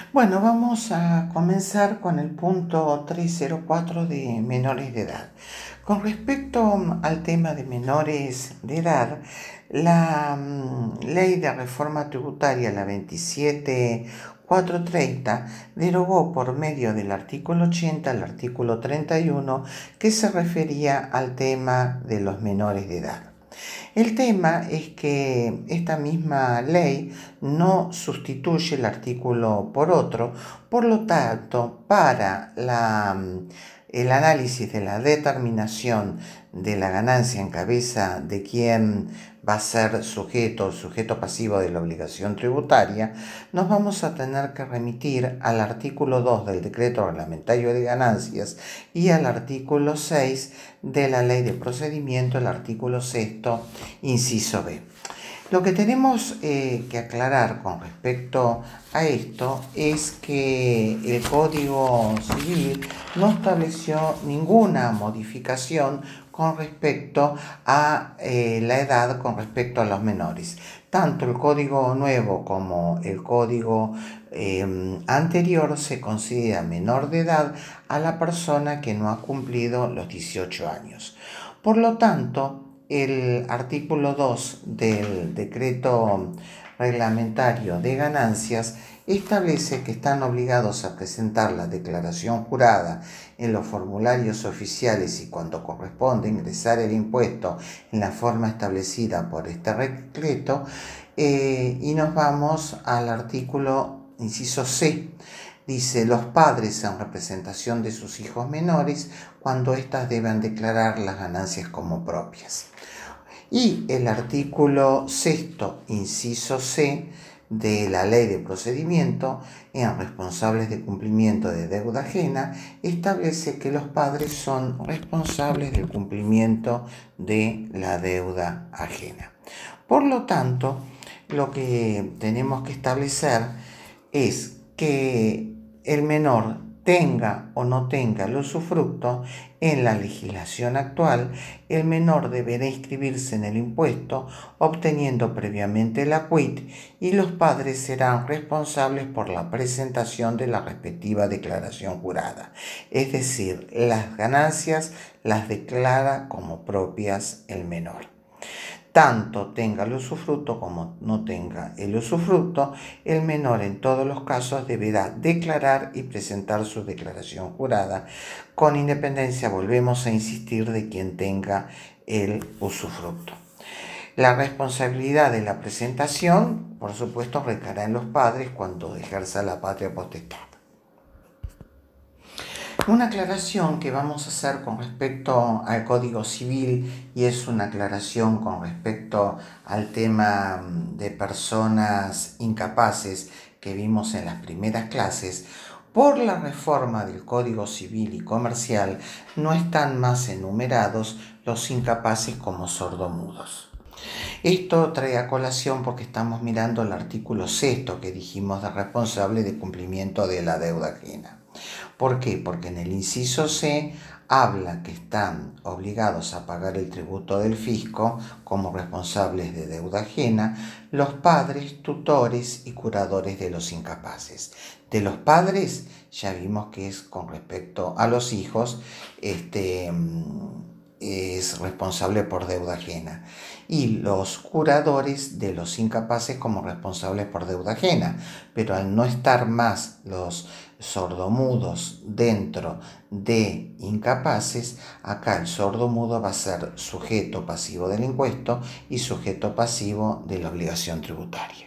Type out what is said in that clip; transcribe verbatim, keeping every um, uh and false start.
Bueno, vamos a comenzar con el punto trescientos cuatro de menores de edad. Con respecto al tema de menores de edad, la mm, ley de reforma tributaria, la veintisiete mil cuatrocientos treinta, derogó por medio del artículo ochenta el artículo treinta y uno que se refería al tema de los menores de edad. El tema es que esta misma ley no sustituye el artículo por otro, por lo tanto, para la, el análisis de la determinación de la ganancia en cabeza de quien va a ser sujeto o sujeto pasivo de la obligación tributaria, nos vamos a tener que remitir al artículo dos del Decreto Reglamentario de Ganancias y al artículo seis de la Ley de Procedimiento, el artículo sexto, inciso B. Lo que tenemos eh, que aclarar con respecto a esto es que el Código Civil no estableció ninguna modificación con respecto a eh, la edad con respecto a los menores. Tanto el Código nuevo como el Código eh, anterior se considera menor de edad a la persona que no ha cumplido los dieciocho años. Por lo tanto, el artículo dos del decreto reglamentario de ganancias establece que están obligados a presentar la declaración jurada en los formularios oficiales y cuando corresponde ingresar el impuesto en la forma establecida por este decreto. Eh, y nos vamos al artículo inciso C. Dice, los padres en representación de sus hijos menores cuando éstas deban declarar las ganancias como propias. Y el artículo sexto, inciso C, de la Ley de Procedimiento en responsables de cumplimiento de deuda ajena, establece que los padres son responsables del cumplimiento de la deuda ajena. Por lo tanto, lo que tenemos que establecer es que el menor tenga o no tenga el usufructo, en la legislación actual, el menor deberá inscribirse en el impuesto obteniendo previamente la quit y los padres serán responsables por la presentación de la respectiva declaración jurada. Es decir, las ganancias las declara como propias el menor. Tanto tenga el usufructo como no tenga el usufructo, el menor en todos los casos deberá declarar y presentar su declaración jurada, con independencia, volvemos a insistir, de quien tenga el usufructo. La responsabilidad de la presentación, por supuesto, recaerá en los padres cuando ejerza la patria potestad. Una aclaración que vamos a hacer con respecto al Código Civil, y es una aclaración con respecto al tema de personas incapaces que vimos en las primeras clases. Por la reforma del Código Civil y Comercial no están más enumerados los incapaces como sordomudos. Esto trae a colación porque estamos mirando el artículo sexto que dijimos de responsable de cumplimiento de la deuda ajena. ¿Por qué? Porque en el inciso C habla que están obligados a pagar el tributo del fisco como responsables de deuda ajena los padres, tutores y curadores de los incapaces. De los padres ya vimos que es con respecto a los hijos, este, es responsable por deuda ajena, y los curadores de los incapaces como responsables por deuda ajena, pero al no estar más los sordomudos dentro de incapaces, acá el sordomudo va a ser sujeto pasivo del impuesto y sujeto pasivo de la obligación tributaria.